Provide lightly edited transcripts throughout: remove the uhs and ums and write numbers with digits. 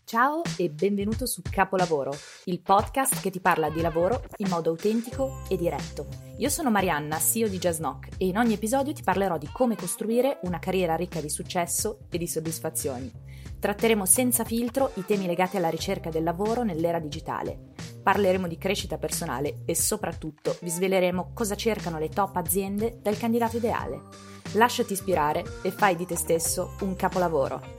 Ciao e benvenuto su Capolavoro, il podcast che ti parla di lavoro in modo autentico e diretto. Io sono Marianna, CEO di Jazznock, e in ogni episodio ti parlerò di come costruire una carriera ricca di successo e di soddisfazioni. Tratteremo senza filtro i temi legati alla ricerca del lavoro nell'era digitale. Parleremo di crescita personale e soprattutto vi sveleremo cosa cercano le top aziende dal candidato ideale. Lasciati ispirare e fai di te stesso un capolavoro.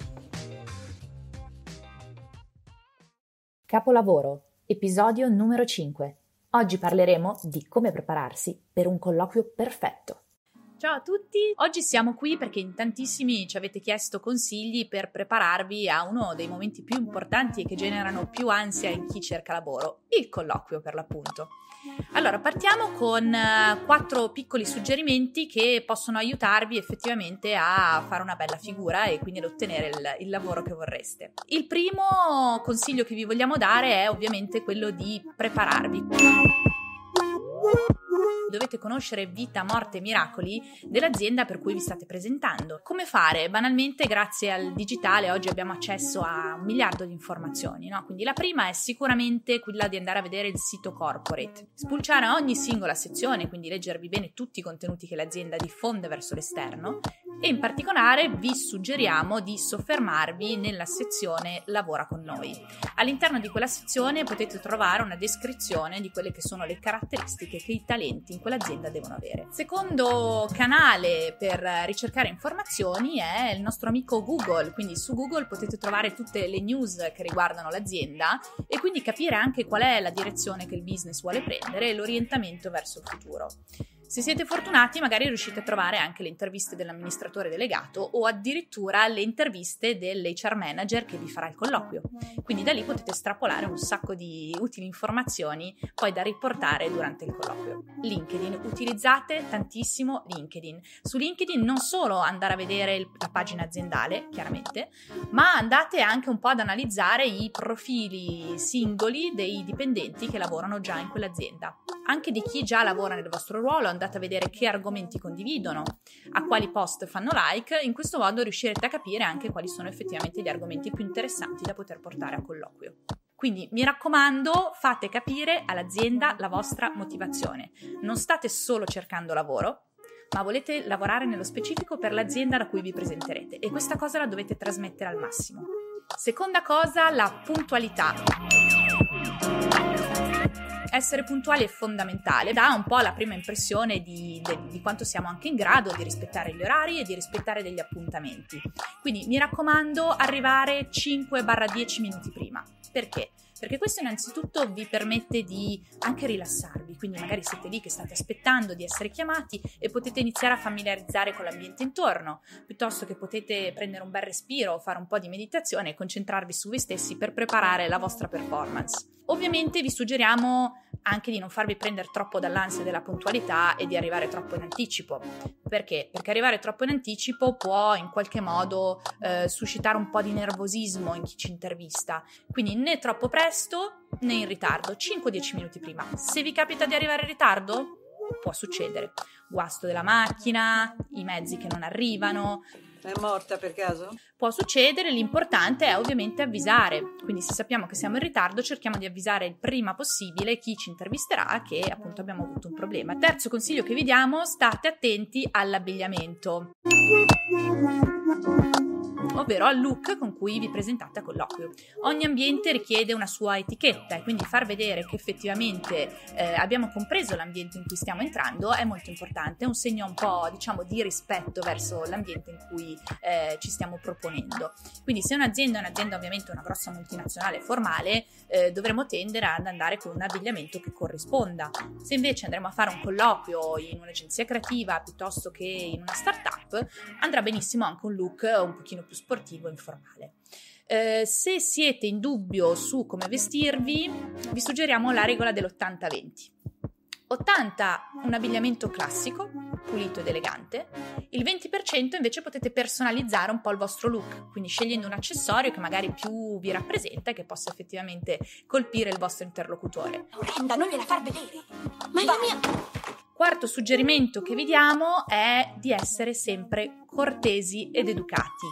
Capolavoro, episodio numero 5. Oggi parleremo di come prepararsi per un colloquio perfetto. Ciao a tutti, oggi siamo qui perché in tantissimi ci avete chiesto consigli per prepararvi a uno dei momenti più importanti e che generano più ansia in chi cerca lavoro, il colloquio per l'appunto. Allora, partiamo con 4 piccoli suggerimenti che possono aiutarvi effettivamente a fare una bella figura e quindi ad ottenere il lavoro che vorreste. Il primo consiglio che vi vogliamo dare è ovviamente quello di prepararvi. Dovete conoscere vita, morte e miracoli dell'azienda per cui vi state presentando. Come fare? Banalmente, grazie al digitale oggi abbiamo accesso a 1 miliardo di informazioni, no? Quindi la prima è sicuramente quella di andare a vedere il sito corporate, spulciare ogni singola sezione, quindi leggervi bene tutti i contenuti che l'azienda diffonde verso l'esterno, e in particolare vi suggeriamo di soffermarvi nella sezione Lavora con noi. All'interno di quella sezione potete trovare una descrizione di quelle che sono le caratteristiche che i talenti in quell'azienda devono avere. Secondo canale per ricercare informazioni è il nostro amico Google, quindi su Google potete trovare tutte le news che riguardano l'azienda e quindi capire anche qual è la direzione che il business vuole prendere e l'orientamento verso il futuro. Se siete fortunati, magari riuscite a trovare anche le interviste dell'amministratore delegato o addirittura le interviste dell'HR manager che vi farà il colloquio. Quindi da lì potete estrapolare un sacco di utili informazioni poi da riportare durante il colloquio. LinkedIn, utilizzate tantissimo LinkedIn. Su LinkedIn non solo andare a vedere la pagina aziendale, chiaramente, ma andate anche un po' ad analizzare i profili singoli dei dipendenti che lavorano già in quell'azienda. Anche di chi già lavora nel vostro ruolo, andate a vedere che argomenti condividono, a quali post fanno like, in questo modo riuscirete a capire anche quali sono effettivamente gli argomenti più interessanti da poter portare a colloquio. Quindi mi raccomando, fate capire all'azienda la vostra motivazione. Non state solo cercando lavoro, ma volete lavorare nello specifico per l'azienda da cui vi presenterete e questa cosa la dovete trasmettere al massimo. Seconda cosa, la puntualità. Essere puntuali è fondamentale, dà un po' la prima impressione di quanto siamo anche in grado di rispettare gli orari e di rispettare degli appuntamenti. Quindi mi raccomando, arrivare 5-10 minuti prima. Perché? Perché questo innanzitutto vi permette di anche rilassarvi, quindi magari siete lì che state aspettando di essere chiamati e potete iniziare a familiarizzare con l'ambiente intorno, piuttosto che potete prendere un bel respiro, fare un po' di meditazione e concentrarvi su voi stessi per preparare la vostra performance. Ovviamente vi suggeriamo anche di non farvi prendere troppo dall'ansia della puntualità e di arrivare troppo in anticipo. Perché? Perché arrivare troppo in anticipo può in qualche modo suscitare un po' di nervosismo in chi ci intervista. Quindi né troppo presto né in ritardo, 5-10 minuti prima. Se vi capita di arrivare in ritardo, può succedere. Guasto della macchina, i mezzi che non arrivano. È morta per caso? Può succedere, l'importante è ovviamente avvisare, quindi se sappiamo che siamo in ritardo cerchiamo di avvisare il prima possibile chi ci intervisterà che appunto abbiamo avuto un problema. Terzo consiglio che vi diamo, state attenti all'abbigliamento, ovvero al look con cui vi presentate a colloquio. Ogni ambiente richiede una sua etichetta e quindi far vedere che effettivamente abbiamo compreso l'ambiente in cui stiamo entrando è molto importante, è un segno un po' di rispetto verso l'ambiente in cui ci stiamo proponendo. Quindi se un'azienda ovviamente una grossa multinazionale formale, dovremo tendere ad andare con un abbigliamento che corrisponda. Se invece andremo a fare un colloquio in un'agenzia creativa piuttosto che in una startup, andrà benissimo anche un look un pochino più sportivo e informale. Se siete in dubbio su come vestirvi, vi suggeriamo la regola dell'80-20. 80 un abbigliamento classico, pulito ed elegante, il 20% invece potete personalizzare un po' il vostro look, quindi scegliendo un accessorio che magari più vi rappresenta e che possa effettivamente colpire il vostro interlocutore. Orrenda, non gliela far vedere! Ma è la mia... Quarto suggerimento che vi diamo è di essere sempre cortesi ed educati.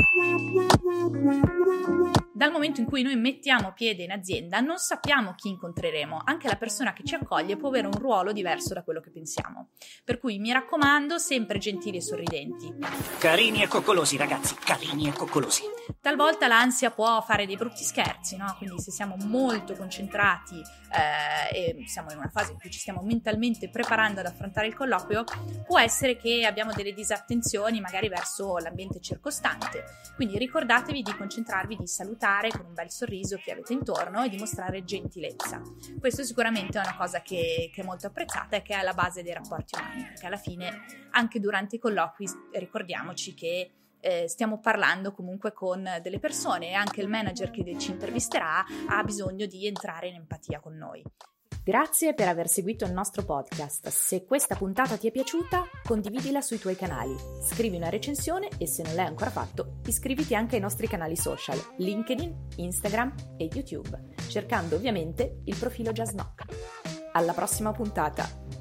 Dal momento in cui noi mettiamo piede in azienda non sappiamo chi incontreremo, anche la persona che ci accoglie può avere un ruolo diverso da quello che pensiamo. Per cui mi raccomando, sempre gentili e sorridenti. Carini e coccolosi, ragazzi, carini e coccolosi. Talvolta l'ansia può fare dei brutti scherzi, no? Quindi se siamo molto concentrati e siamo in una fase in cui ci stiamo mentalmente preparando ad affrontare il colloquio, può essere che abbiamo delle disattenzioni magari verso l'ambiente circostante. Quindi ricordatevi di concentrarvi, di salutare con un bel sorriso chi avete intorno e di mostrare gentilezza. Questo sicuramente è una cosa che è molto apprezzata e che è alla base dei rapporti umani, perché alla fine anche durante i colloqui ricordiamoci che stiamo parlando comunque con delle persone e anche il manager che ci intervisterà ha bisogno di entrare in empatia con noi. Grazie per aver seguito il nostro podcast. Se questa puntata ti è piaciuta, condividila sui tuoi canali, scrivi una recensione e se non l'hai ancora fatto, iscriviti anche ai nostri canali social, LinkedIn, Instagram e YouTube, cercando ovviamente il profilo Just Knock. Alla prossima puntata!